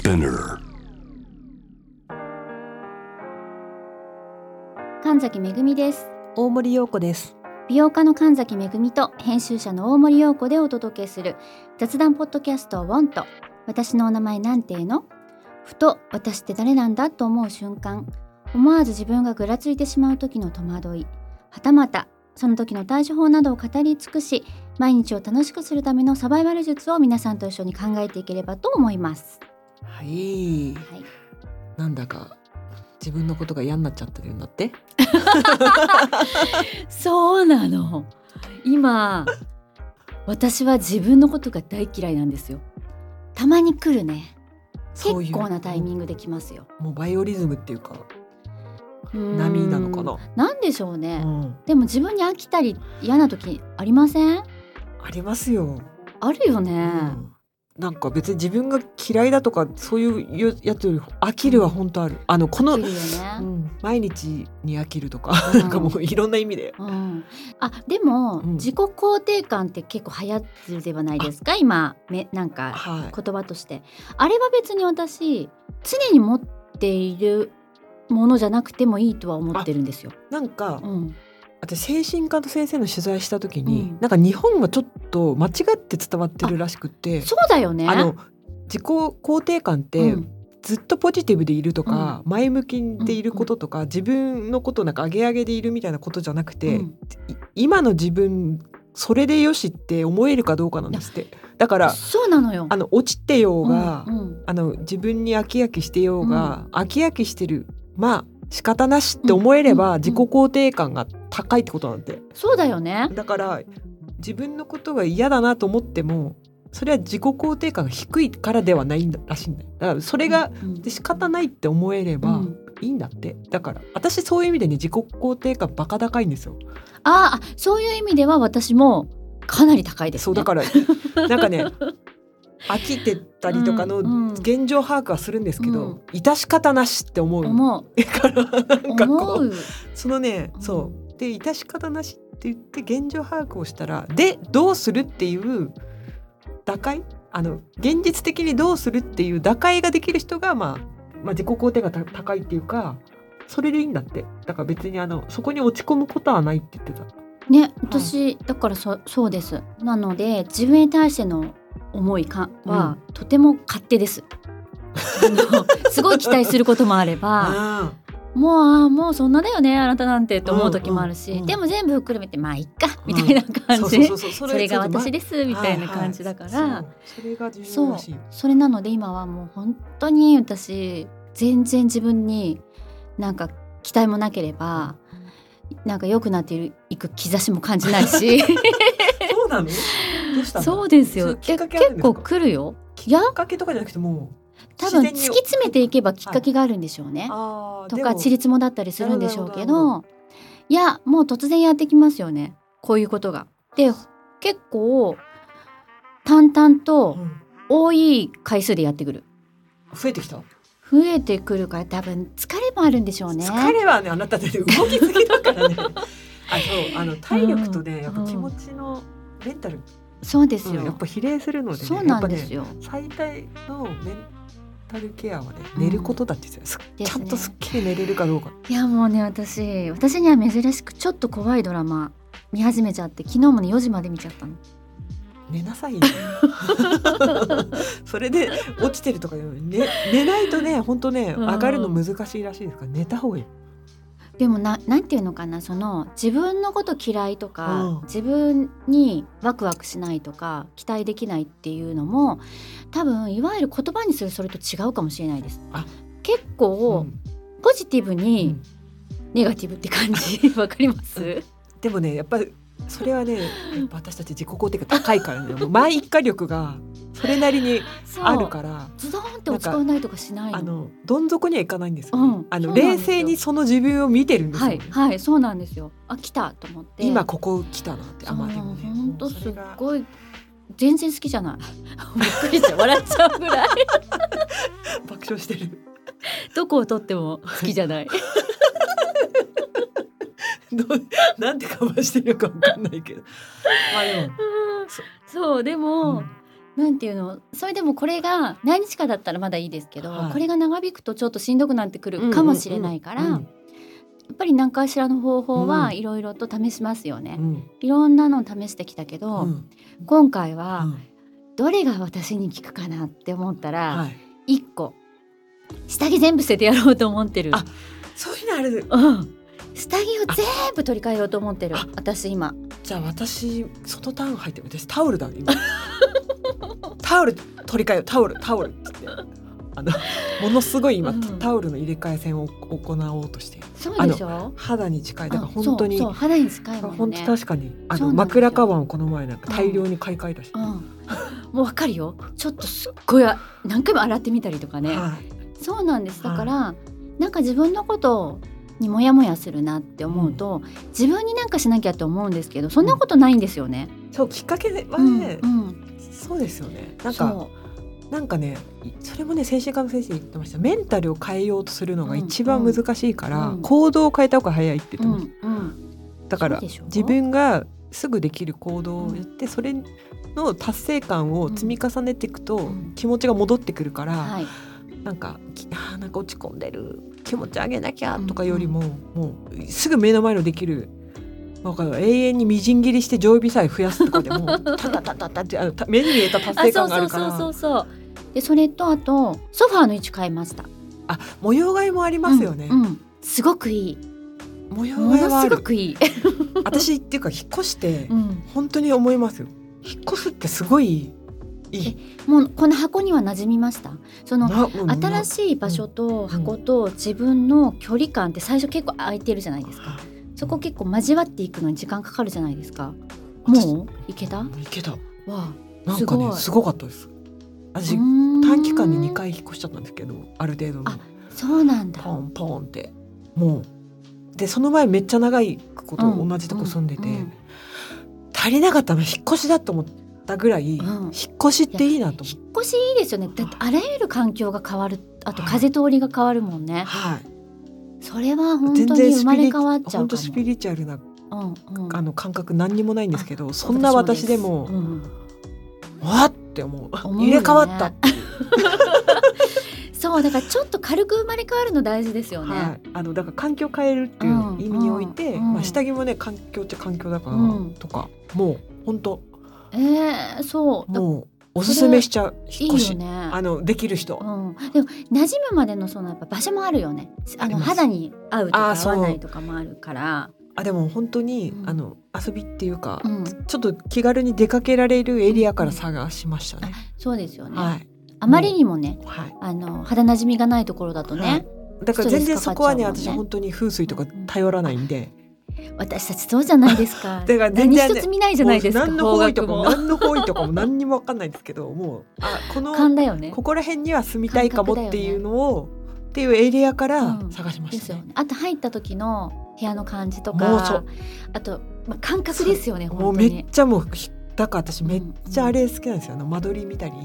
Spinner. 神崎めぐみです。 大森洋子です。 美容家の神崎めぐみと編集者の大森洋子でお届けする雑談ポッドキャストウォント。私のお名前なんていうの？ふと私って誰なんだと思う瞬間、思わず自分がぐらついてしまう時の戸惑い、はたまたその時の対処法などを語り尽くし、毎日を楽しくするためのサバイバル術を皆さんと一緒に考えていければと思います。 はい、 はい、 なんだか自分のことが嫌になっちゃってるんだって。 そうなの。今私は自分のことが大嫌いなんですよ。たまに来るね。 そういう結構なタイミングで来ますよ。 もうバイオリズムっていうか波なのかな。 なんでしょうね、 うんでも自分に飽きたり嫌な時ありません？ ありますよ、 あるよね、 なんか別に自分が嫌いだとかそういうやつより飽きるは本当ある。この飽きるよね、 毎日に飽ききるとか、 うんなんかもういろんな意味で、 でも、 うん自己肯定感って結構流行ってるではないですか今なんかはい、 言葉として。あれは別に私常に持っているものじゃなくてもいいとは思ってるんですよ。 なんか、 うん私精神科の先生の取材した時に、 うんなんか日本がちょっと間違って伝わってるらしくって、 そうだよね。 自己肯定感って、 うんずっとポジティブでいるとか、前向きでいることとか、自分のことなんか上げ上げでいるみたいなことじゃなくて、今の自分それでよしって思えるかどうかなんですって。だからそうなのよ。 落ちてようが、 うんうん自分に飽き飽きしてようが、飽き飽きしてるまあ仕方なしって思えれば、自己肯定感が高いってことなんで。 そうだよね。 だから自分のことが嫌だなと思ってもそれは自己肯定感が低いからではないらしいんだよ。だからそれが、で仕方ないって思えればいいんだって。だから私そういう意味でね、自己肯定感バカ高いんですよ。 そういう意味では私もかなり高いですね。 そうだからなんかね飽きてたりとかの現状把握はするんですけど、致し方なしって思うからなんかこうそのね、そうで致し方なしって言って現状把握をしたら、でどうするっていう打開、現実的にどうするっていう打開ができる人が、自己肯定が高いっていうか、それでいいんだって。だから別にそこに落ち込むことはないって言ってたね。私、だからそうです。なので自分に対しての思いは、とても勝手です。すごい期待することもあればもうそんなだよねあなたなんてと思う時もあるし、でも全部含めてまあいっかみたいな感じ、それが私ですみたいな感じだから、 それが重要らしい。 それなので今はもう本当に私全然自分になんか期待もなければ、なんか良くなっていく兆しも感じないしそうなの？どうしたの？そうですよ。結構来るよ。 きっかけとかじゃなくても多分突き詰めていけばきっかけがあるんでしょうね、とかちりつもだったりするんでしょうけど、いやもう突然やってきますよね、こういうことが。で結構淡々と多い回数でやってくる。 増えてくるから多分疲れもあるんでしょうね。 疲れはね、あなたで動きすぎだからね体力とね、やっぱ気持ちのメンタル、 そうですよ、 やっぱ比例するのでね。 そうなんですよ、 最大のメンタルケアはね、寝ることだって言ってた、ちゃんとすっきり寝れるかどうか。 いやもうね、私には珍しくちょっと怖いドラマ見始めちゃって、昨日もね4時まで見ちゃったの。 寝なさいよそれで落ちてるとか、寝ないとね、本当ね、上がるの難しいらしいですから、寝た方がいい。 でもなんていうのかな、自分のこと嫌いとか、自分にワクワクしないとか期待できないっていうのも多分いわゆる言葉にするそれと違うかもしれないです。結構、ポジティブにネガティブって感じわかります？ でもね、やっぱりそれはね、やっぱ私たち自己肯定感高いからね前一化力がそれなりにあるからズドーンって落ち込んだりとかしないの。 どん底にはいかないんですよ、冷静にその自分を見てるんですよ、 はいそうなんですよ。来たと思って、 今ここ来たなって。でもね、 ほんとすっごい全然好きじゃないびっくりして笑っちゃうぐらい爆笑してるどこをとっても好きじゃないなんてカバーしてるか分かんないけどでもそうでも、 なんていうの、それでもこれが何日かだったらまだいいですけど、 はい、 これが長引くとちょっとしんどくなってくるかもしれないから、やっぱり何かしらの方法はいろいろと試しますよね、いろんなのを試してきたけど、今回はどれが私に効くかなって思ったら、1個下着全部捨ててやろうと思ってる。 あ、そういうのある。 下着を全部取り替えようと思ってる私今。 じゃあ私そのターン入ってる。私タオルだ今タオル取り替えよう、タオルってものすごい今、タオルの入れ替え戦を行おうとして。 そうでしょ。 肌に近い。だから本当にそう肌に近いもんね。 本当確かに枕カバンをこの前なんか大量に買い替えたし、 もうわかるよ。ちょっとすっごい何回も洗ってみたりとかね、そうなんです。だから、なんか自分のことにモヤモヤするなって思うと、自分になんかしなきゃって思うんですけど、そんなことないんですよね。 そうきっかけはね、そうですよね。なんかね、それもね、精神科の先生言ってました。メンタルを変えようとするのが一番難しいから、行動を変えた方が早いって言ってました。だから自分がすぐできる行動をやって、それの達成感を積み重ねていくと、気持ちが戻ってくるから、なんか落ち込んでる、気持ち上げなきゃとかよりも、もうすぐ目の前のできる、永遠にみじん切りして常備菜増やすとかでもタタタタタって目に見えた達成感があるから。 そうで、それとあとソファーの位置変えました。 模様替えもありますよね、 すごくいい。 模様替えはある。 すごくいい私っていうか引っ越して、本当に思いますよ。引っ越すってすごいいい。 もうこの箱には馴染みました。その新しい場所と箱と自分の距離感って最初結構空いてるじゃないですか。そこ結構交わっていくのに時間かかるじゃないですか。もういけた？ いけた。 わなんかね、すごかったです。私短期間に2回引っ越しちゃったんですけど、ある程度の。 そうなんだ。 ポンポンってもうで、その前めっちゃ長いこと同じとこ住んでて、足りなかったの引っ越しだと思ったぐらい、引っ越しっていいなと思って。 引っ越しいいですよね。だってあらゆる環境が変わる、あと風通りが変わるもんね。それは本当に生まれ変わっちゃうかも。本当スピリチュアルな、感覚何にもないんですけど、そんな私でも、わって思う。入れ替わったってそうだからちょっと軽く生まれ変わるの大事ですよね。 だから環境変えるっていう意味において、下着もね、環境っちゃ環境だから、とかもう本当そうもうおすすめしちゃう。引っ越しいいよね。 できる人、 でも馴染むまでのそのやっぱ場所もあるよね。肌に合うとか合わないとかもあるから。 でも本当に、遊びっていうか、ちょっと気軽に出かけられるエリアから探しましたね。 そうですよね。あまりにもね、肌なじみがないところだとね、 だから全然そこはね、私本当に風水とか頼らないんで。 私たちそうじゃないですか。だから全然、何一つ見ないじゃないですか。 何の方位とかも何にも分かんないんですけど、もうここら辺には住みたいかもっていうのを、っていうエリアから探しましたね。 あと入った時の部屋の感じとか、あと感覚ですよね。 もうめっちゃだから私めっちゃあれ好きなんですよ。間取り見たり、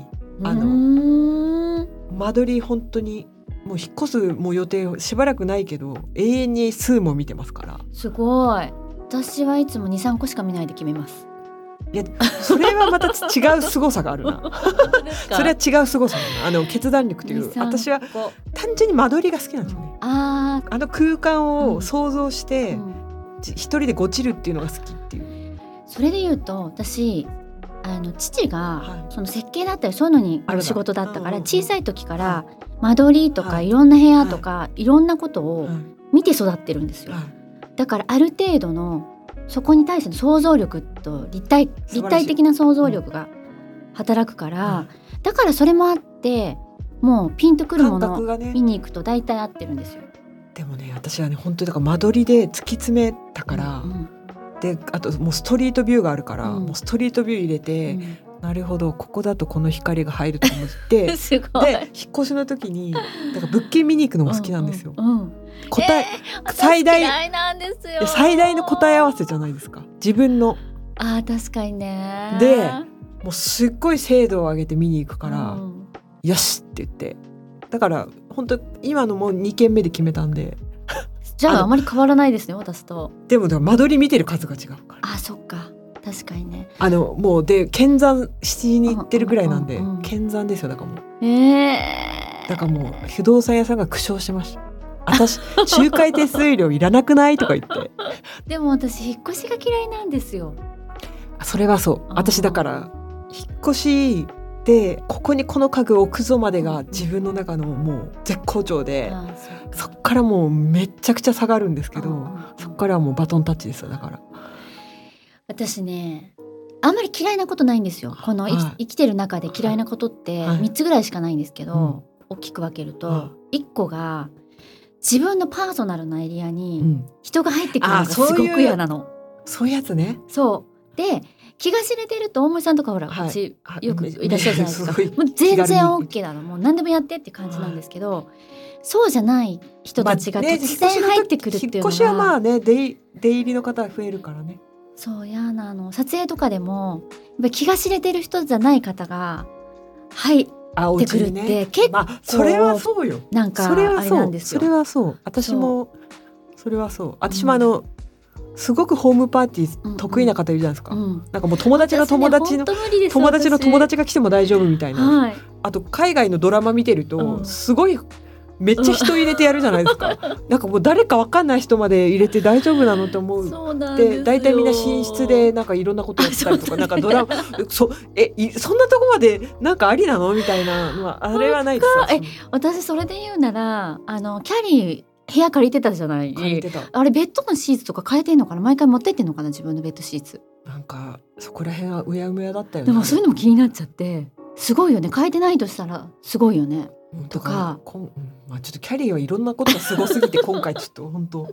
間取り本当にもう引っ越すもう予定しばらくないけど永遠に数も見てますから。すごい。 私はいつも 2,3 個しか見ないで決めます。 いや、それはまた違う凄さがあるなそれは違う凄さだな。決断力という、私は単純に間取りが好きなんですよね。空間を想像して、一人でごちるっていうのが好きっていう。 それで言うと私父がその設計だったりそういうのに仕事だったから、小さい時から間取りとかいろんな部屋とかいろんなことを見て育ってるんですよ。だからある程度のそこに対しての想像力と立体的な想像力が働くから、だからそれもあってもうピンとくるものを見に行くと大体合ってるんですよ。 でもね、私はね本当にだから間取りで突き詰めたから、であともうストリートビューがあるから、もうストリートビュー入れて、なるほどここだとこの光が入ると思ってすごい。 で引っ越しの時にだから物件見に行くのも好きなんですよ。最大の答え合わせじゃないですか、自分の。 確かにね。 でもうすっごい精度を上げて見に行くから、よしって言って、だから本当今のもう2軒目で決めたんでじゃああまり変わらないですね、私と。 でも間取り見てる数が違うから。 そっか。 確かにね。 もうで剣山しに行ってるぐらいなんで、剣山ですよ。だからもうだからもう不動産屋さんが苦笑してました。私仲介手数料いらなくないとか言ってでも私引っ越しが嫌いなんですよ。 それはそう。私だから引っ越しでここにこの家具を置くぞまでが自分の中のもう絶好調で、そっからもうめちゃくちゃ下がるんですけど、そっからはもうバトンタッチですよ。だから私ねあんまり嫌いなことないんですよ。この生きてる中で嫌いなことって3つぐらいしかないんですけど、大きく分けると1個が自分のパーソナルなエリアに人が入ってくるのがすごく嫌なの。 そういうやつね。 そうで気が知れてると大森さんとかほら、うちよくいらっしゃるじゃないですか。もう全然 OK なの。もう何でもやってって感じなんですけど、そうじゃない人たちが突然入ってくるっていうのが、引っ越しはまあね出入りの方が増えるからね。 そう嫌なの。撮影とかでもやっぱ気が知れてる人じゃない方が入ってくるって結構、 それはそうよ。 なんかあれなんですよ。 それはそう。私もそれはそう。私もすごくホームパーティー得意な方いるじゃないですか。なんかもう友達の友達の友達が来ても大丈夫みたいな。あと海外のドラマ見てるとすごいめっちゃ人入れてやるじゃないですか。なんかもう誰か分かんない人まで入れて大丈夫なのと思う。で大体みんな寝室でなんかいろんなことやったりとか、なんかドラマそんなとこまでなんかありなのみたいなのはあれはないですか。 私それで言うならキャリー部屋借りてたじゃない。あれベッドのシーツとか変えてんのかな。毎回持ってってんのかな、自分のベッドシーツ。 なんかそこら辺はうやむやだったよね。 でもそういうのも気になっちゃって、すごいよね。変えてないとしたらすごいよね。とかちょっとキャリーはいろんなことがすごすぎて今回ちょっと本当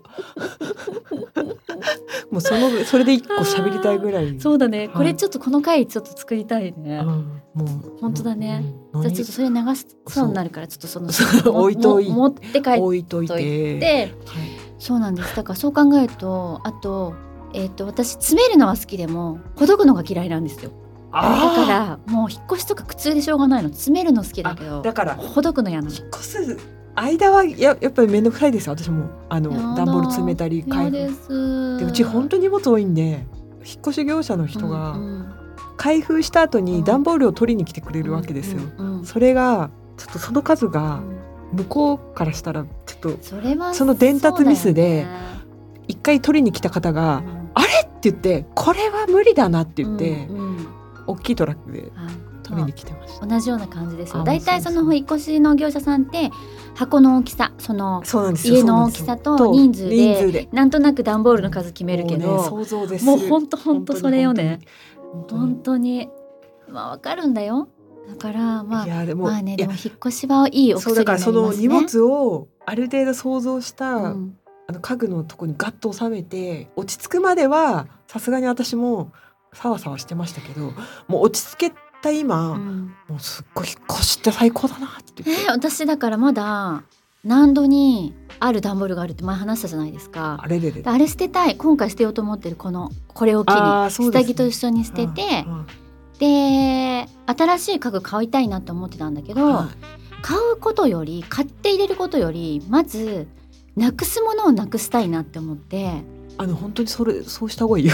もうそれで一個喋りたいぐらい。 そうだね、これちょっとこの回ちょっと作りたいね。もう本当だね。じゃあちょっとそれ流しそうになるからちょっとその置いといて持って帰って、そうなんです。だからそう考えると、あと私詰めるのは好きでもほどくのが嫌いなんですよ。だからもう引っ越しとか苦痛でしょうがないの。詰めるの好きだけど、 だからほどくの嫌なの。 引っ越す間はやっぱり面倒くさいですよ。私も段ボール詰めたり開封で、うち本当に荷物多いんで、引っ越し業者の人が開封した後に段ボールを取りに来てくれるわけですよ。それがちょっとその数が向こうからしたらちょっとその伝達ミスで一回取りに来た方があれって言ってこれは無理だなって言って大きいトラックで取りに来てました。 同じような感じですよ。だいたいその引っ越しの業者さんって箱の大きさ、その家の大きさと人数でなんとなく段ボールの数決めるけど、もう本当それよね。本当にまあわかるんだよ。だからまあでも引っ越しはいいお薬になりますね。そうだからその荷物をある程度想像した家具のとこにガッと収めて落ち着くまではさすがに私もさわさわしてましたけど、もう落ち着けた今、もうすっごい引っ越しって最高だなって言って。 私だからまだ難度にある段ボールがあるって前話したじゃないですか。あれ捨てたい。今回捨てようと思ってるこれを機に下着と一緒に捨てて、で新しい家具買いたいなって思ってたんだけど、買うことより買って入れることよりまずなくすものをなくしたいなって思って、 本当にそうした方がいいよ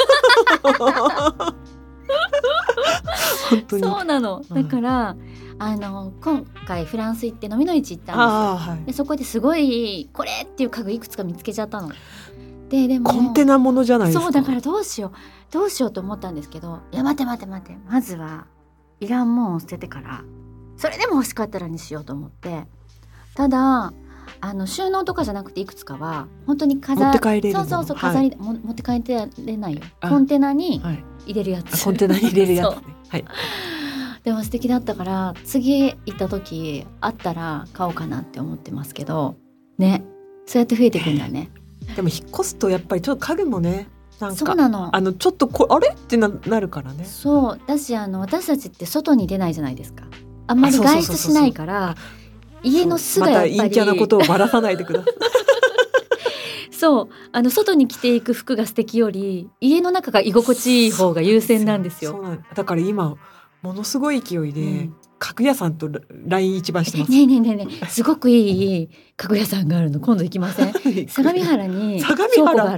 本当にそうなの。だから、今回フランス行って飲みの市行ったんですよ。でそこですごいこれっていう家具いくつか見つけちゃったの。でもコンテナものじゃないですか。 そうだからどうしようと思ったんですけど、いや待てまずはいらんもんを捨ててからそれでも欲しかったらにしようと思って、ただ収納とかじゃなくていくつかは本当に持って帰れるの。 そう飾り、持って帰れないよ。コンテナに入れるやつ。 コンテナに入れるやつね。はい。 でも素敵だったから次行った時あったら買おうかなって思ってますけどね。そうやって増えていくんだね。 でも引っ越すとやっぱりちょっと家具もね、なんかそうなの。 ちょっとあれってなるからね。 そうだし私たちって外に出ないじゃないですか。あんまり外出しないから家の巣がやっぱりまた陰キャなことをばらさないでくださいそう外に着ていく服が素敵より家の中が居心地いい方が優先なんですよ。 そうだから今ものすごい勢いで、家具屋さんと LINE 一番してます。 ねすごくいい家具屋さんがあるの。今度行きません？相模原に倉庫があるの。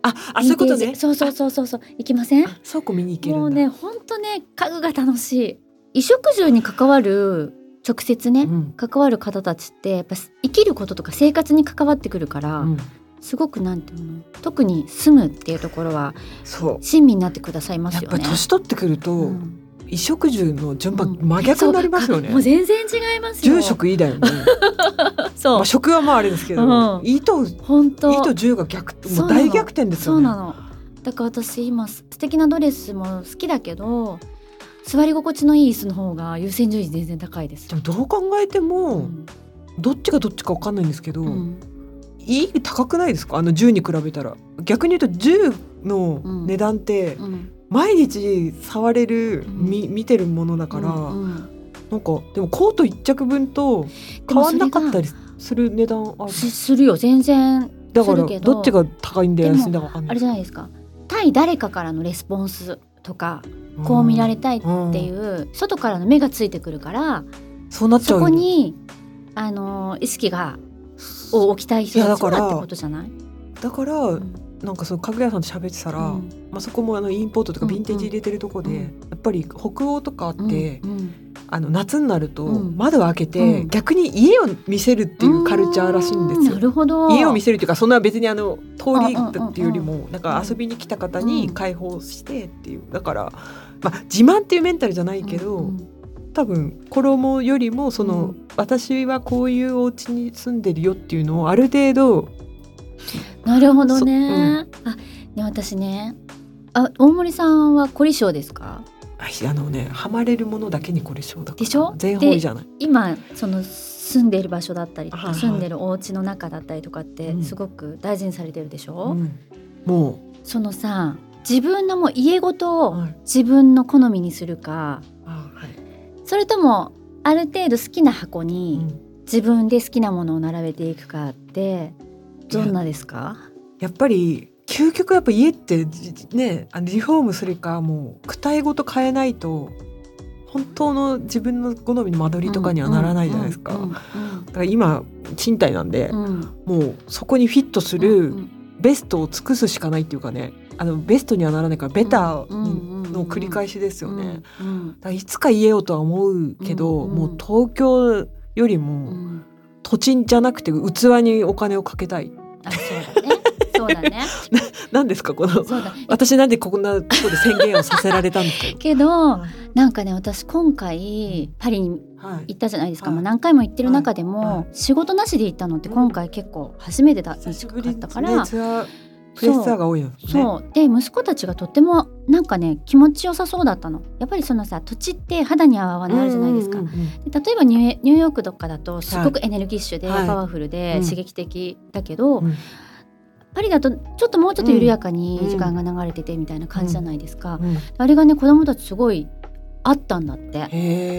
そういうことね。 そう行きません？ 倉庫見に行けるんだ。 もうね本当ね家具が楽しい。衣食住に関わる直接ね、関わる方たちってやっぱ生きることとか生活に関わってくるから、すごくなんていうの、特に住むっていうところは親身になってくださいますよね。 やっぱ年取ってくると、衣食住の順番真逆になりますよね。 もう全然違いますよ。 住食いだよね。 そう、 食はあれですけど、衣と住が逆、もう大逆転ですよね。 そうなの。だから私今素敵なドレスも好きだけど、座り心地のいい椅子の方が優先順位全然高いです。 でもどう考えても、どっちがどっちか分かんないんですけど、いい高くないですか？銃に比べたら。逆に言うと銃の値段って、毎日触れる、見てるものだから、なんかでもコート1着分と変わんなかったりする値段ある。 するよ、全然だからどっちが高いんだよ、安いんだか分かんない。 あれじゃないですか、対誰かからのレスポンスとか、こう見られたいっていう、外からの目がついてくるから、 そうなっちゃうよ。 そこに意識を置きたい人たちだってことじゃない？ だから、なんかその家具屋さんと喋ってたら、そこもインポートとかヴィンテージ入れてるとこで、やっぱり北欧とかあって、夏になると窓を開けて、逆に家を見せるっていうカルチャーらしいんですよ。 なるほど。 家を見せるっていうか、そんな別に通りっていうよりも、なんか遊びに来た方に開放してっていう、だから、自慢っていうメンタルじゃないけど、多分衣よりも私はこういうお家に住んでるよっていうのをある程度。 なるほどね。ね、私ね、大森さんは凝り性ですか？ ハマれるものだけに凝り性だから。 でしょ？ 全方位じゃない。 今住んでる場所だったりとか、住んでるお家の中だったりとかってすごく大事にされてるでしょ？ もうそのさ、自分のもう家ごとを自分の好みにするか、それともある程度好きな箱に自分で好きなものを並べていくかってどんなですか？ やっぱり究極、やっぱ家ってね、リフォームするか、もう躯体ごと変えないと本当の自分の好みの間取りとかにはならないじゃないですか。だから今賃貸なんで、もうそこにフィットするベストを尽くすしかないっていうかね、ベストにはならないからベターの繰り返しですよね。だからいつか家をとは思うけど、もう東京よりも土地じゃなくて器にお金をかけたい。 そうだね。 何ですかこの、私なんでこんなところで宣言をさせられたんですか？ けどなんかね、私今回パリに行ったじゃないですか。何回も行ってる中でも、仕事なしで行ったのって今回結構初めてだったから、 プレッシャーが多いよね。 そうで、息子たちがとってもなんかね気持ちよさそうだったの。やっぱりそのさ、土地って肌に合わないあるじゃないですか。で例えばニューヨークとかだとすごくエネルギッシュでパワフルで刺激的だけど、パリだとちょっともうちょっと緩やかに時間が流れててみたいな感じじゃないですか。あれがね、子供たちすごいあったんだって。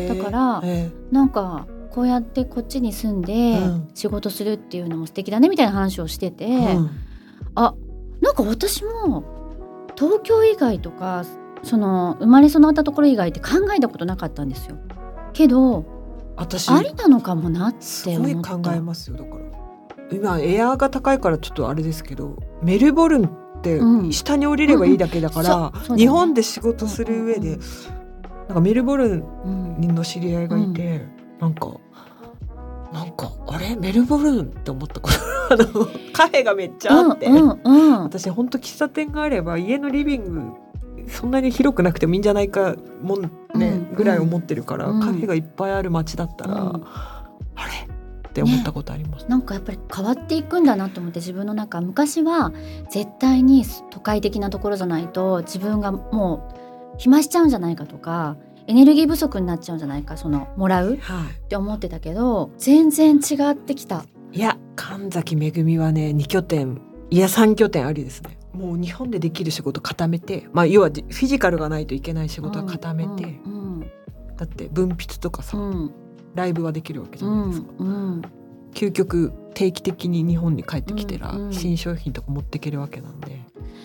だからなんかこうやってこっちに住んで仕事するっていうのも素敵だねみたいな話をしてて、なんか私も東京以外とか生まれ育ったところ以外って考えたことなかったんですよ。けど私ありなのかもなって思った。すごい考えますよ。だから今エアが高いからちょっとあれですけど、メルボルンって下に降りればいいだけだから、日本で仕事する上で、なんかメルボルンの知り合いがいて、なんかあれメルボルンって思ったことカフェがめっちゃあって、私本当喫茶店があれば家のリビングそんなに広くなくてもいいんじゃないかもね、ぐらい思ってるから、カフェがいっぱいある街だったら、あれって思ったことあります。 なんかやっぱり変わっていくんだなと思って、自分の中、昔は絶対に都会的なところじゃないと自分がもう暇しちゃうんじゃないかとか、エネルギー不足になっちゃうんじゃないか、もらう、って思ってたけど、全然違ってきた。 いや、神崎めぐみはね、2拠点いや3拠点ありですね。もう日本でできる仕事固めて、要はフィジカルがないといけない仕事は固めて、だって分泌とかさ、ライブはできるわけじゃないですか。究極定期的に日本に帰ってきたら、新商品とか持っていけるわけなんで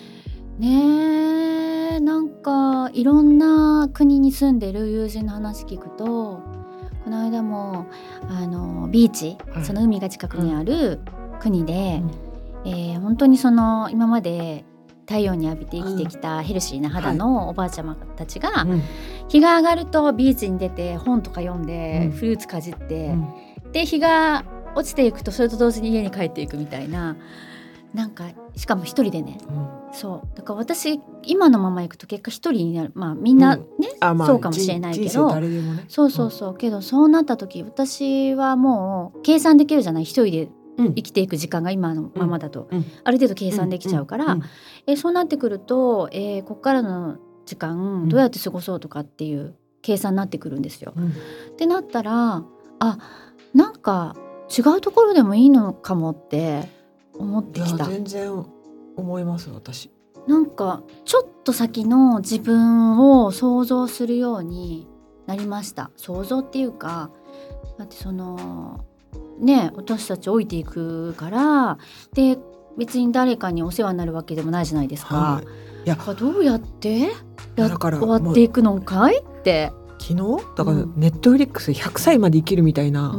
ね。なんかいろんな国に住んでる友人の話聞くと、この間もビーチ、その海が近くにある国で、本当に今まで太陽に浴びて生きてきたヘルシーな肌のおばあちゃまたちが、日が上がるとビーチに出て本とか読んで、フルーツかじって、で日が落ちていくとそれと同時に家に帰っていくみたいな、なんかしかも一人でね、そうだから私今のまま行くと結果一人になる、まあみんなね、そうかもしれないけど、ね、そうけどそうなった時私はもう計算できるじゃない、一人で生きていく時間が今のままだと、ある程度計算できちゃうから、そうなってくると、こっからの時間どうやって過ごそうとかっていう計算になってくるんですよ。ってなったらなんか違うところでもいいのかもって思ってきた。 全然思います私。 なんかちょっと先の自分を想像するようになりました。想像っていうか、だってそのね、私たち置いていくからで、別に誰かにお世話になるわけでもないじゃないですか。いやどうやって終わっていくのかいって。 昨日だからネットフリックス100歳まで生きるみたいな、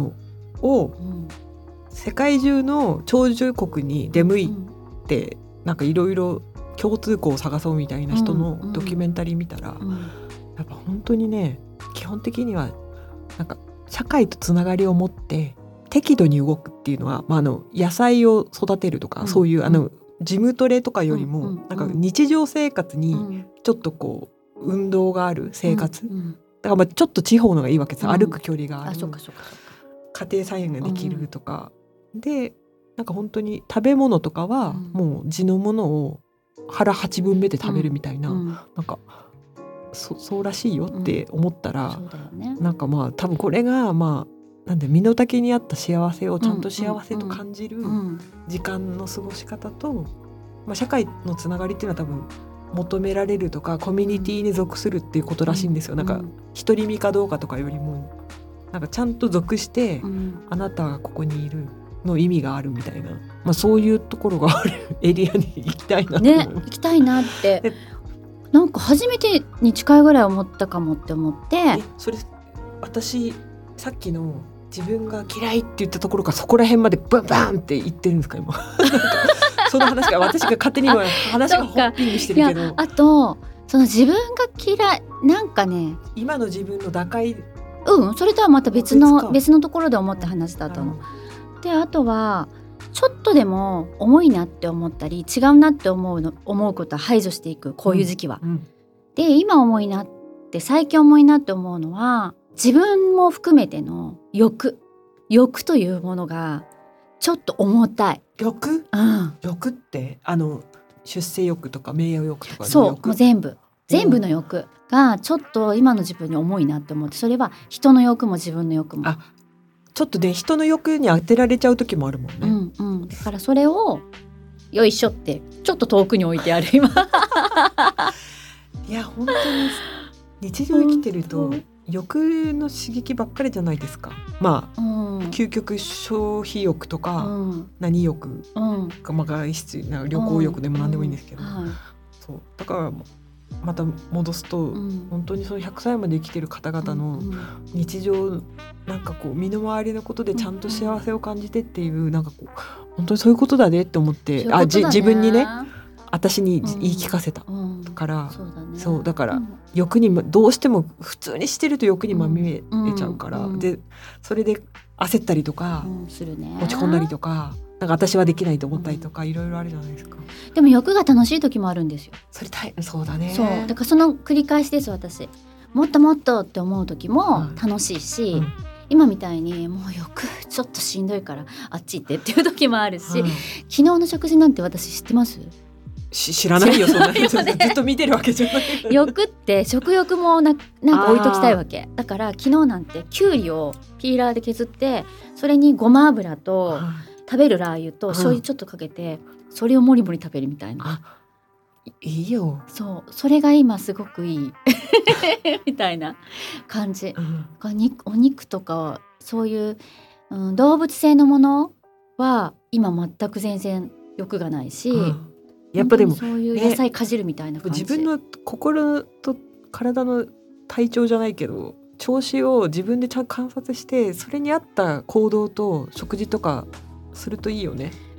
世界中の長寿国に出向いて、なんかいろいろ共通項を探そうみたいな人のドキュメンタリー見たら、やっぱ本当にね、基本的にはなんか社会とつながりを持って適度に動くっていうのは、野菜を育てるとか、そういうジムトレとかよりも、なんか日常生活にちょっとこう運動がある生活、だからちょっと地方のがいいわけです、歩く距離がある、家庭菜園ができるとか、でなんか本当に食べ物とかはもう地のものを腹8分目で食べるみたいな、なんかそうらしいよって思ったら、なんか多分これがなんで身の丈に合った幸せをちゃんと幸せと感じる時間の過ごし方と、社会のつながりっていうのは多分求められるとかコミュニティに属するっていうことらしいんですよ。なんか独り身かどうかとかよりも、なんかちゃんと属して、あなたがここにいるの意味があるみたいな、そういうところがあるエリアに行きたいなと思う、 行きたいなってなんか初めてに近いぐらい思ったかもって思って。 それ私さっきの自分が嫌いって言ったところからそこら辺までバンバンって言ってるんですか今その話が私が勝手に話がホッピングしてるけど、 あとその自分が嫌いなんかね、 今の自分の打開、 それとはまた別のところで思った話だったの。であとはちょっとでも重いなって思ったり違うなって思うことは排除していく、こういう時期は。で今重いなって最近重いなって思うのは、自分も含めての欲というものがちょっと重たい。 欲って出世欲とか名誉欲とかの欲。 そう、もう全部の欲がちょっと今の自分に重いなって思って、それは人の欲も自分の欲も。 ちょっとね、人の欲に当てられちゃう時もあるもんね。だからそれをよいしょってちょっと遠くに置いてある今いや本当に日常生きてると欲の刺激ばっかりじゃないですか。究極消費欲とか、何欲、外出旅行欲でも何でもいいんですけど、そうだからまた戻すと、本当にその100歳まで生きてる方々の日常、なんかこう身の回りのことでちゃんと幸せを感じてっていう、なんかこう本当にそういうことだねって思って、自分にね、私に言い聞かせたから、そうだから欲にどうしても普通にしてると欲にまみれちゃうから、でそれで焦ったりとか、落ち込んだりとか、なんか私はできないと思ったりとか、いろいろあるじゃないですか。 でも欲が楽しい時もあるんですよ。 そうだね。 そうだからその繰り返しです。私もっともっとって思う時も楽しいし、今みたいにもう欲ちょっとしんどいからあっち行ってっていう時もあるし、昨日の食事なんて私知ってます？ 知らないよ、そんなずっと見てるわけじゃない欲って食欲もなんか置いときたいわけだから、昨日なんてきゅうりをピーラーで削って、それにごま油と食べるラー油と醤油ちょっとかけて、それをもりもり食べるみたいな。 いいよ。 それが今すごくいいみたいな感じ、お肉とかそういう、動物性のものは今全く全然欲がないし、やっぱでもそういう野菜かじるみたいな感じ、 自分の心と体の体調じゃないけど調子を自分でちゃんと観察して、それに合った行動と食事とかするといいよね。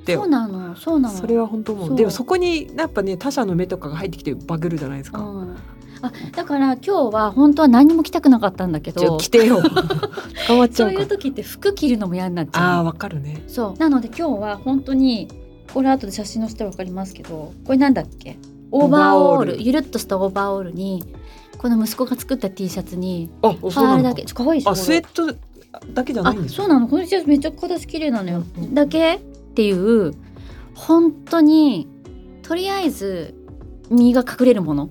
ってそうなのそれは本当思う。でもそこにやっぱね他者の目とかが入ってきてバグるじゃないですか、 だから今日は本当は何も着たくなかったんだけど着てよ捕まっちゃうか。 そういう時って服着るのも嫌になっちゃう。 わかるね。 そうなので今日は本当にこれ後で写真載せたら分かりますけど、これなんだっけ、オーバーオール、ゆるっとしたオーバーオールにこの息子が作った T シャツにパールだけ、かわいいでしょ。 スウェットだけじゃないんですか。 そうなの、これめっちゃ形綺麗なのよ、だけっていう本当にとりあえず身が隠れるもの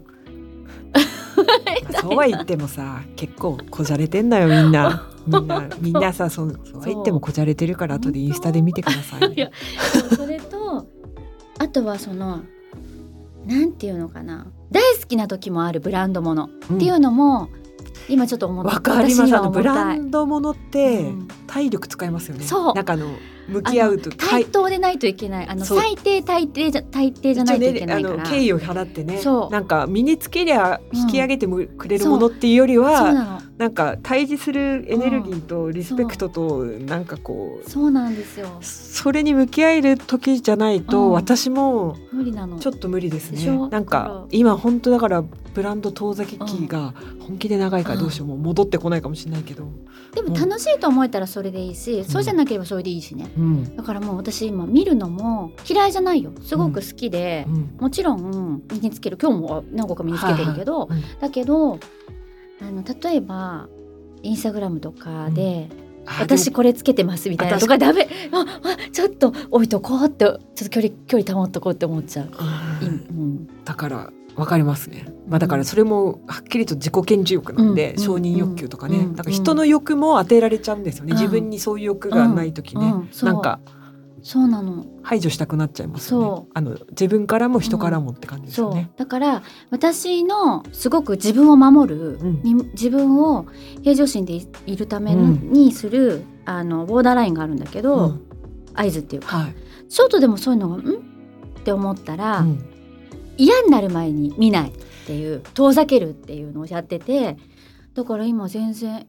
そうは言ってもさ結構こじゃれてんだよみんなさそうは言ってもこじゃれてるから後でインスタで見てください、ね、 いやそれとあとはそのなんていうのかな、大好きな時もあるブランドものっていうのも、今ちょっと思って、 わかります。ブランドものって体力使いますよね、 そうなんか向き合うと対等でないといけない、最低じゃないといけないから、 敬意を払ってね、なんか身につけりゃ引き上げてもくれるものっていうよりは、なんか対峙するエネルギーとリスペクトとなんかこう、 そうなんですよ。 それに向き合える時じゃないと、私も無理なの、 ちょっと無理ですね。なんか今本当だからブランド遠ざけ期が本気で長いからどうしようも戻ってこないかもしれないけど、 でも楽しいと思えたらそれでいいし、そうじゃなければそれでいいしね、だからもう私今見るのも嫌いじゃないよ、すごく好きで、もちろん身につける、今日も何個か身につけてるけど、だけど例えばインスタグラムとかで、私これつけてますみたいなとかダメ、ちょっと置いとこうって、ちょっと距離保っとこうって思っちゃう、 だからわかりますね、だからそれもはっきりと自己顕示欲なんで、承認欲求とかね、なんか人の欲も当てられちゃうんですよね、自分にそういう欲がない時ね、なんかそうなの、 排除したくなっちゃいますよね、自分からも人からもって感じですよね、 だから私のすごく自分を守る、自分を平常心でいるためにする、ボーダーラインがあるんだけど、合図っていうか、ちょっとでもそういうのがって思ったら、嫌になる前に見ないっていう、遠ざけるっていうのをやってて、だから今全然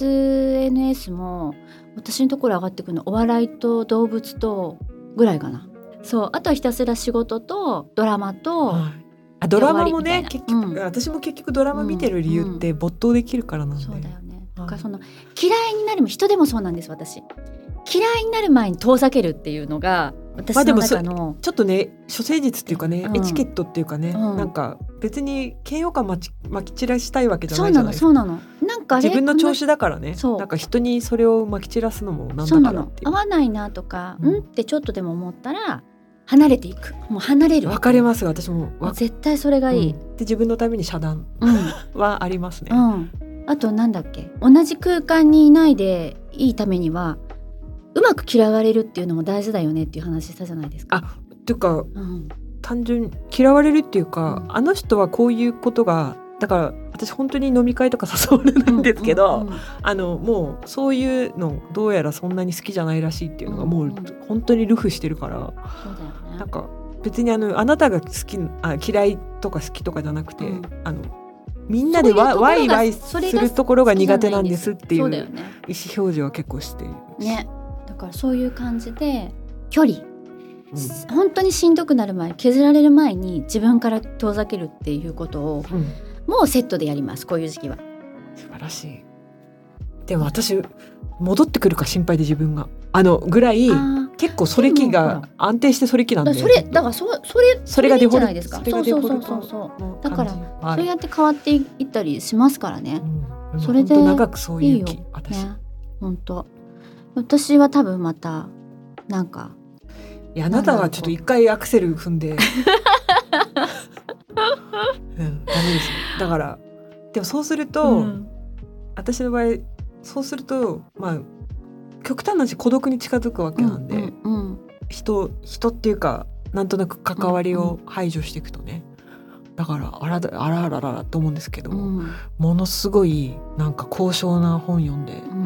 SNS も私のところ上がってくるのお笑いと動物とぐらいかな。そう、あとはひたすら仕事とドラマと、 ドラマもね、結局、私も結局ドラマ見てる理由って没頭できるからなんで、 そうだよね。だからその嫌いになる、人でもそうなんです。私嫌いになる前に遠ざけるっていうのが私の中の、 ちょっとね、処世術っていうかね、エチケットっていうかね、なんか別に嫌悪感まき散らしたいわけじゃないじゃないですか。 そうなのなんか自分の調子だからね、なんか人にそれをまき散らすのもなんだからっていう、 合わないなとか、ってちょっとでも思ったら離れていく、もう離れる。 わかります、私も絶対それがいい、 で自分のために遮断はありますね、 あとなんだっけ、同じ空間にいないでいいためにはうまく嫌われるっていうのも大事だよねっていう話したじゃないですか。 っていうか、単純に嫌われるっていうか、あの人はこういうことが、だから私本当に飲み会とか誘われないんですけど、もうそういうのどうやらそんなに好きじゃないらしいっていうのがもう本当にルフしてるから、 そうだよね、 なんか別にあなたが好き嫌いとか好きとかじゃなくて、みんなでワイワイするところが苦手なんですっていう意思表示は結構しているね。だからそういう感じで距離、本当にしんどくなる前、削られる前に自分から遠ざけるっていうことを、もうセットでやります、こういう時期は。 素晴らしい。でも私戻ってくるか心配で、自分がぐらい結構それ気が安定してそれ気なんで、 それがデフォルトじゃないですか。そうだからそうやって変わっていったりしますからね、それで長くそういう気、私本当、私は多分またなんか、 いや、あなたはちょっと一回アクセル踏んでダメですよ。だからでもそうすると、私の場合そうすると、極端な話孤独に近づくわけなんで、人っていうかなんとなく関わりを排除していくとね、だからあららと思うんですけど、ものすごいなんか高尚な本読んで、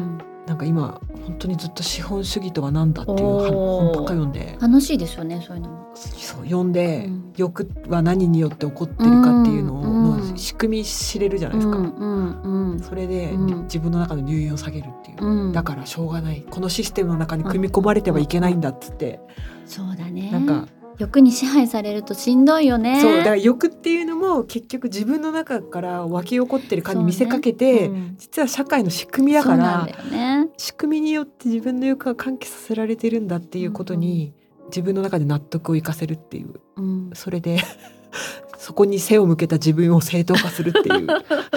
なんか今本当にずっと資本主義とは何だっていう本ばっか読んで、 楽しいですよねそういうのも。 そう読んで、欲は何によって起こってるかっていうのの仕組み知れるじゃないですか、それで、自分の中の留飲を下げるっていう、だからしょうがない、このシステムの中に組み込まれてはいけないんだっつって、 そうだね、 なんか欲に支配されるとしんどいよね。 そうだから欲っていうのも結局自分の中から湧き起こってるかに見せかけて、実は社会の仕組みだから、ね、仕組みによって自分の欲が喚起させられてるんだっていうことに、自分の中で納得をいかせるっていう、それでそこに背を向けた自分を正当化するっていう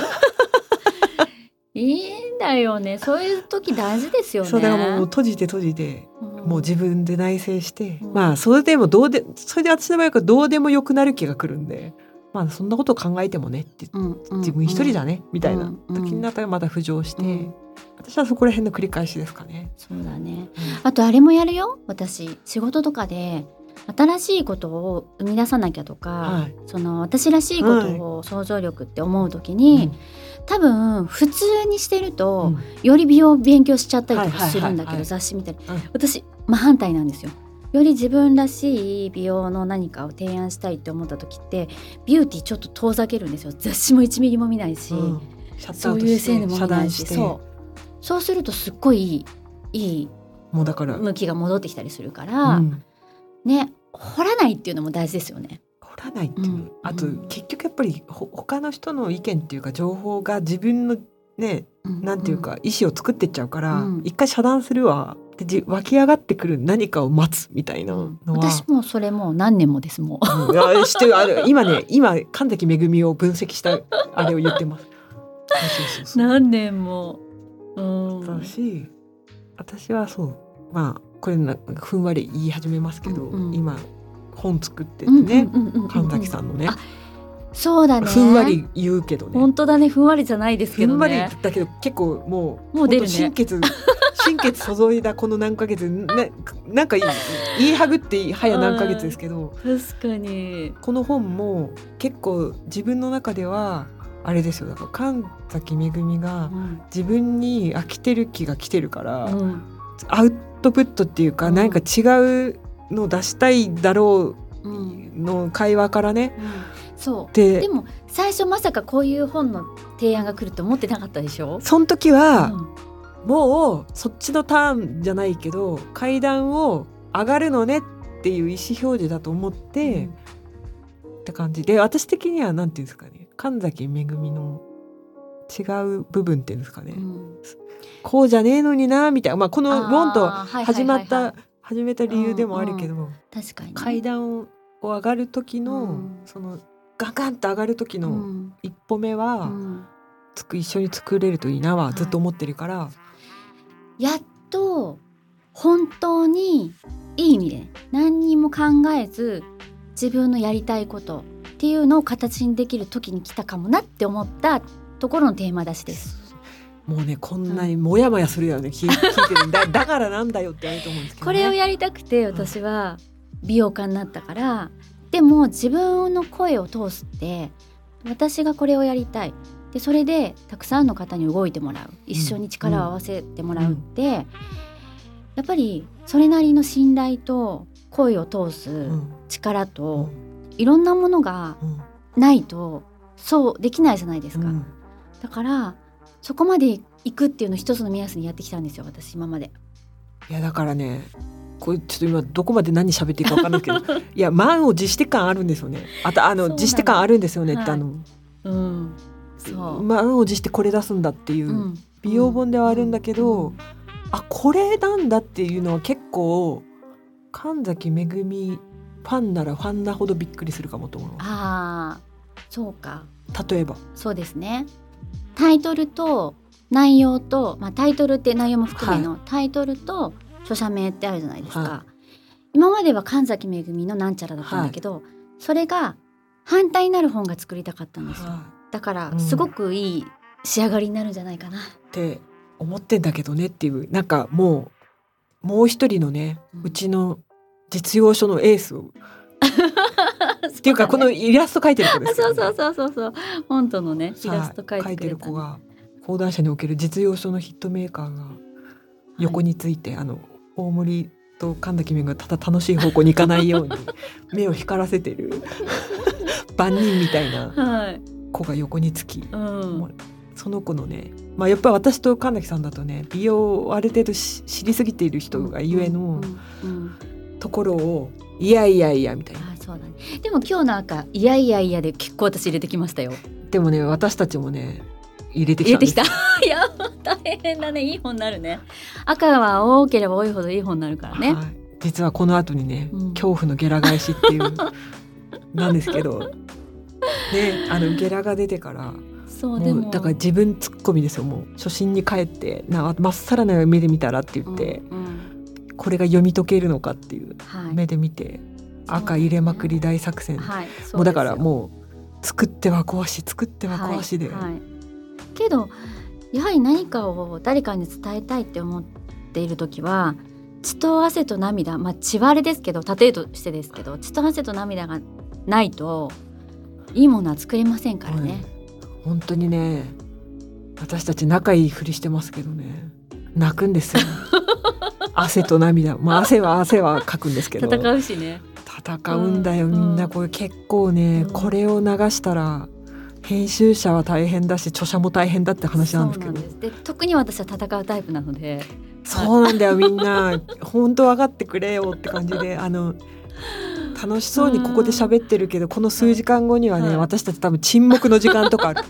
いいんだよね、そういう時大事ですよね。 そうだからもう閉じて、もう自分で内省して、まあそれで私の場合はどうでもよくなる気がくるんで、まあそんなことを考えてもねって、自分一人じゃね、みたいな時になったらまた浮上して、私はそこら辺の繰り返しですかね。 そうだね、あとあれもやるよ、私仕事とかで新しいことを生み出さなきゃとか、その私らしいことを想像力って思う時に、多分普通にしてると、より美容を勉強しちゃったりとかするんだけど、雑誌見たり、私真反対なんですよ。より自分らしい美容の何かを提案したいって思った時ってビューティーちょっと遠ざけるんですよ。雑誌も1ミリも見ないし、そういう SNS も見ないし、そうするとすっごいいいもうだから向きが戻ってきたりするから、ね、掘らないっていうのも大事ですよね。 掘らないっていう、あと結局やっぱり他の人の意見っていうか情報が自分のね、なんていうか意思を作ってっちゃうから、一回遮断するわ、で湧き上がってくる何かを待つみたいなのは、 私もそれもう何年もですもん。 してる今神崎恵を分析したあれを言ってます。そう何年も、 だし、私はそう、まあこれふんわり言い始めますけど、今本作っててね、神崎さんのね、 そうだね、 ふんわり言うけどね、 本当だね、ふんわりじゃないですけどね、 ふんわりだけど結構もう出るね、心血注いだこの何ヶ月なんか言いはぐって早何ヶ月ですけど、 確かにこの本も結構自分の中ではあれですよ、だから神崎恵が自分に飽きてる気が来てるから、アウトプットっていうか、何か違うのを出したいだろうの会話からね、 そうでも最初まさかこういう本の提案が来ると思ってなかったでしょ。 その時は、もうそっちのターンじゃないけど階段を上がるのねっていう意思表示だと思って、って感じで、私的にはなんていうんですかね、神崎恵の違う部分っていうんですかね、こうじゃねえのになみたいな、まあ、このウォンと始めた理由でもあるけど、 確かに、 階段を上がる時の、そのガンガンと上がる時の一歩目は、一緒に作れるといいなはずっと思ってるから、 やっと本当にいい意味で何にも考えず自分のやりたいことっていうのを形にできる時に来たかもなって思ったところのテーマ出しです。 もうね、こんなにモヤモヤするよね、聞いてるだからなんだよって言われると思うんですけど、ね、 これをやりたくて私は美容家になったから、でも自分の声を通すって私がこれをやりたいで、それでたくさんの方に動いてもらう、一緒に力を合わせてもらうって、やっぱりそれなりの信頼と声を通す力と、いろんなものがないとそうできないじゃないですか、だからそこまで行くっていうのを一つの目安にやってきたんですよ、私今まで。 いやだからね、これちょっと今どこまで何喋っていいか分かんないけどいや満を持して感あるんですよね。あと自して感あるんですよねって、そう満を持してこれ出すんだっていう、美容本ではあるんだけど、あこれなんだっていうのは結構神崎恵ファンならファンなほどびっくりするかもと思う。 そうか。 例えばそうですね、タイトルと内容と、タイトルって内容も含めの、タイトルと著者名ってあるじゃないですか、今までは神崎恵のなんちゃらだったんだけど、それが反対になる本が作りたかったんですよ、だからすごくいい仕上がりになるんじゃないかなって思ってんだけどねっていう、なんかもう一人のね、うちの実用書のエースをっていうかこのイラスト描いてる子ですよね。 そう本当のねイラスト描いてくれた、 描いてる子が講談社における実用書のヒットメーカーが横について、大森と神崎めぐがただ楽しい方向に行かないように目を光らせてる万人みたいな子が横につき、その子のね、やっぱり私と神崎さんだとね、美容をある程度知りすぎている人がゆえのところをいやいやいやみたいな。 そうだね。でも今日の赤いやいやいやで結構私入れてきましたよ。 でもね、私たちもね入れてきたんです。 いや大変だね。いい本になるね。赤は多ければ多いほどいい本になるからね、 実はこの後にね、恐怖のゲラ返しっていうなんですけどね、ゲラが出てからでもだから自分ツッコミですよ。もう初心に帰ってまっさらな目で見たらって言って、これが読み解けるのかっていう目で見て、赤入れまくり大作戦、もうだからもう作っては壊し作っては壊しで、 けどやはり何かを誰かに伝えたいって思っている時は血と汗と涙、血はあれですけど例えとしてですけど、血と汗と涙がないといいものは作れませんからね、 本当にね、私たち仲いいふりしてますけどね、泣くんですよ汗と涙、汗はかくんですけど戦うしね、 戦うんだよ、みんな。これ結構ね、これを流したら編集者は大変だし著者も大変だって話なんですけど、 で特に私は戦うタイプなので、 そうなんだよみんな本当分かってくれよって感じで、楽しそうにここで喋ってるけど、この数時間後にはね、私たち多分沈黙の時間とかある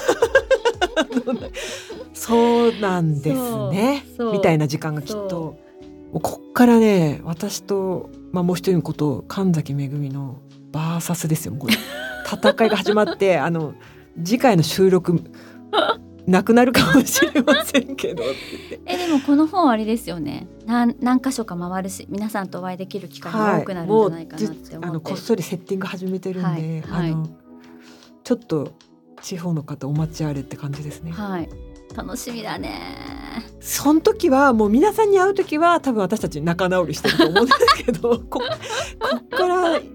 そうなんですねみたいな時間がきっと、こっからね、私と、もう一人のこと神崎めぐみのバーサスですよ。これ戦いが始まって次回の収録なくなるかもしれませんけどでもこの本あれですよね、何箇所か回るし、皆さんとお会いできる機会が多くなるんじゃないかなって思って、 こっそりセッティング始めてるんで、ちょっと地方の方お待ちあれって感じですね。 楽しみだね。 その時はもう皆さんに会う時は多分私たち仲直りしてると思うんですけどこっから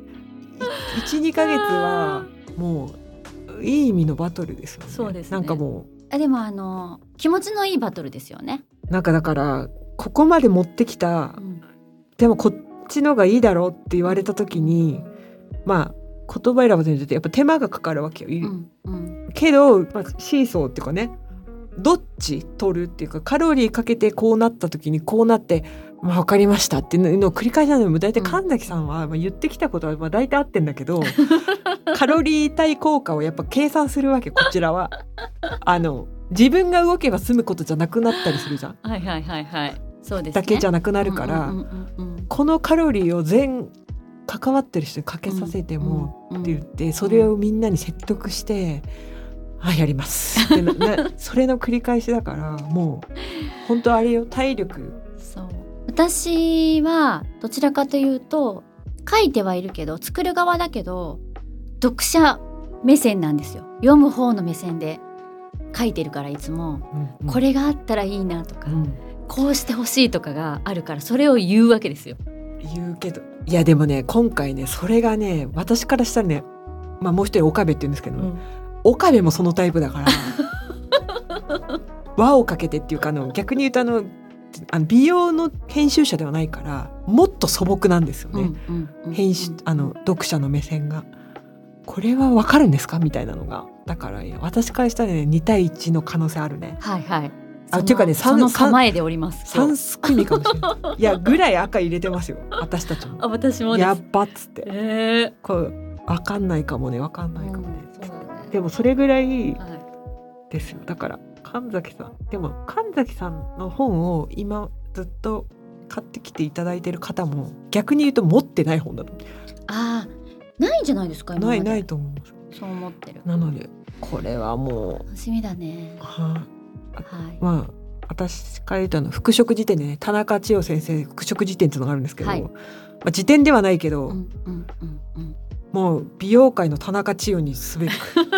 1,2 ヶ月はもういい意味のバトルですよね。 そうですね。 なんかもうでも気持ちのいいバトルですよね。 なんかだからここまで持ってきた、でもこっちのがいいだろうって言われた時に、言葉選ばずにやっぱ手間がかかるわけよ、けど、シーソーっていうかね、どっち取るっていうか、カロリーかけてこうなった時にこうなって、分かりましたっていうのを繰り返しなので、大体神崎さんは言ってきたことは大体合ってんだけどカロリー対効果をやっぱ計算するわけ、こちらは自分が動けば済むことじゃなくなったりするじゃん。そうですね、だけじゃなくなるから、このカロリーを全関わってる人にかけさせてもって言って、それをみんなに説得してやりますってそれの繰り返しだから、もう本当あれよ、体力。 そう、私はどちらかというと書いてはいるけど、作る側だけど読者目線なんですよ。読む方の目線で書いてるから、いつも、これがあったらいいなとか、こうしてほしいとかがあるから、それを言うわけですよ。 言うけど、いやでもね、今回ね、それがね、私からしたらね、もう一人岡部って言うんですけど、岡部もそのタイプだから輪をかけてっていうか、逆に言うと美容の編集者ではないからもっと素朴なんですよね、編集読者の目線が。これは分かるんですかみたいなのが、だから私からしたらね、2対1の可能性あるね。っていうかね、 その構えでおります。 3組かもしれないいやぐらい赤入れてますよ、私たちも。 私もです。 やっばっつって、これ分かんないかもね、分かんないかもね、でもそれぐらいですよ。だから神崎さん、でも神崎さんの本を今ずっと買ってきていただいてる方も逆に言うと持ってない本だと。 ないんじゃないですか。 ないと思います。 そう思ってる。 なのでこれはもう楽しみだね。 私から言うと復職辞典でね、田中千代先生復職辞典っていうのがあるんですけど、辞典ではないけど、もう美容界の田中千代にすべく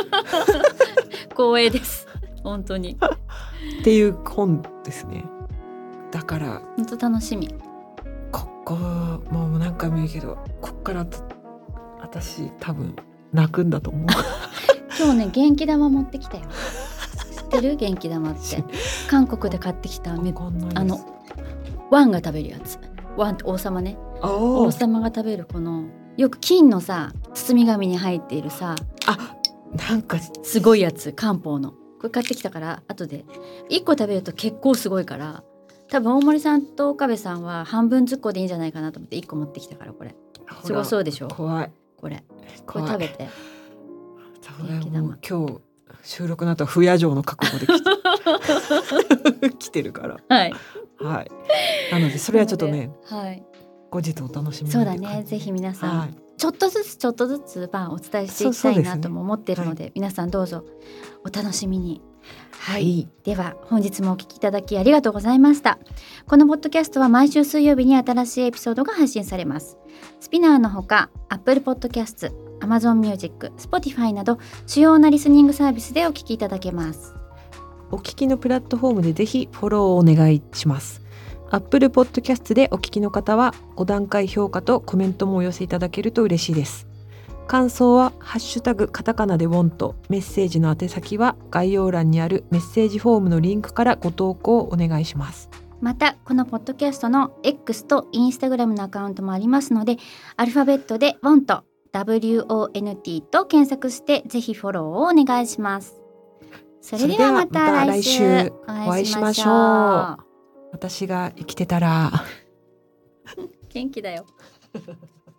光栄です本当にっていう本ですね。だから本当楽しみ。 ここもう何回も言うけど、こっから私多分泣くんだと思う今日ね、元気玉持ってきたよ。知ってる？元気玉って韓国で買ってきたワンが食べるやつ。ワンって王様ね。王様が食べるこのよく金のさ包み紙に入っているさ、 なんかすごいやつ、漢方のこれ買ってきたから後で1個食べると結構すごいから、多分大森さんと岡部さんは半分ずつこでいいんじゃないかなと思って1個持ってきたから、これすごそうでしょ。 怖い。 これ食べて。 もう今日収録の後不夜城の覚悟で来てるからはいなのでそれはちょっとね、後日お楽しみに。 そうだね、ぜひ皆さん、ちょっとずつお伝えしていきたいなとも思っているので、皆さんどうぞお楽しみに。では本日もお聞きいただきありがとうございました。このポッドキャストは毎週水曜日に新しいエピソードが配信されます。スピナーのほか Apple Podcast、Amazon Music、Spotify など主要なリスニングサービスでお聞きいただけます。 お聞きのプラットフォームでぜひフォローをお願いします。Apple Podcast でお聞きの方は5段階評価とコメントもお寄せいただけると嬉しいです。感想はハッシュタグカタカナでwant、メッセージの宛先は概要欄にあるメッセージフォームのリンクからご投稿をお願いします。 またこのポッドキャストの X と Instagram のアカウントもありますので、アルファベットで want、WONT と検索してぜひフォローをお願いします。それではまた来週お会いしましょう。 私が生きてたら元気だよ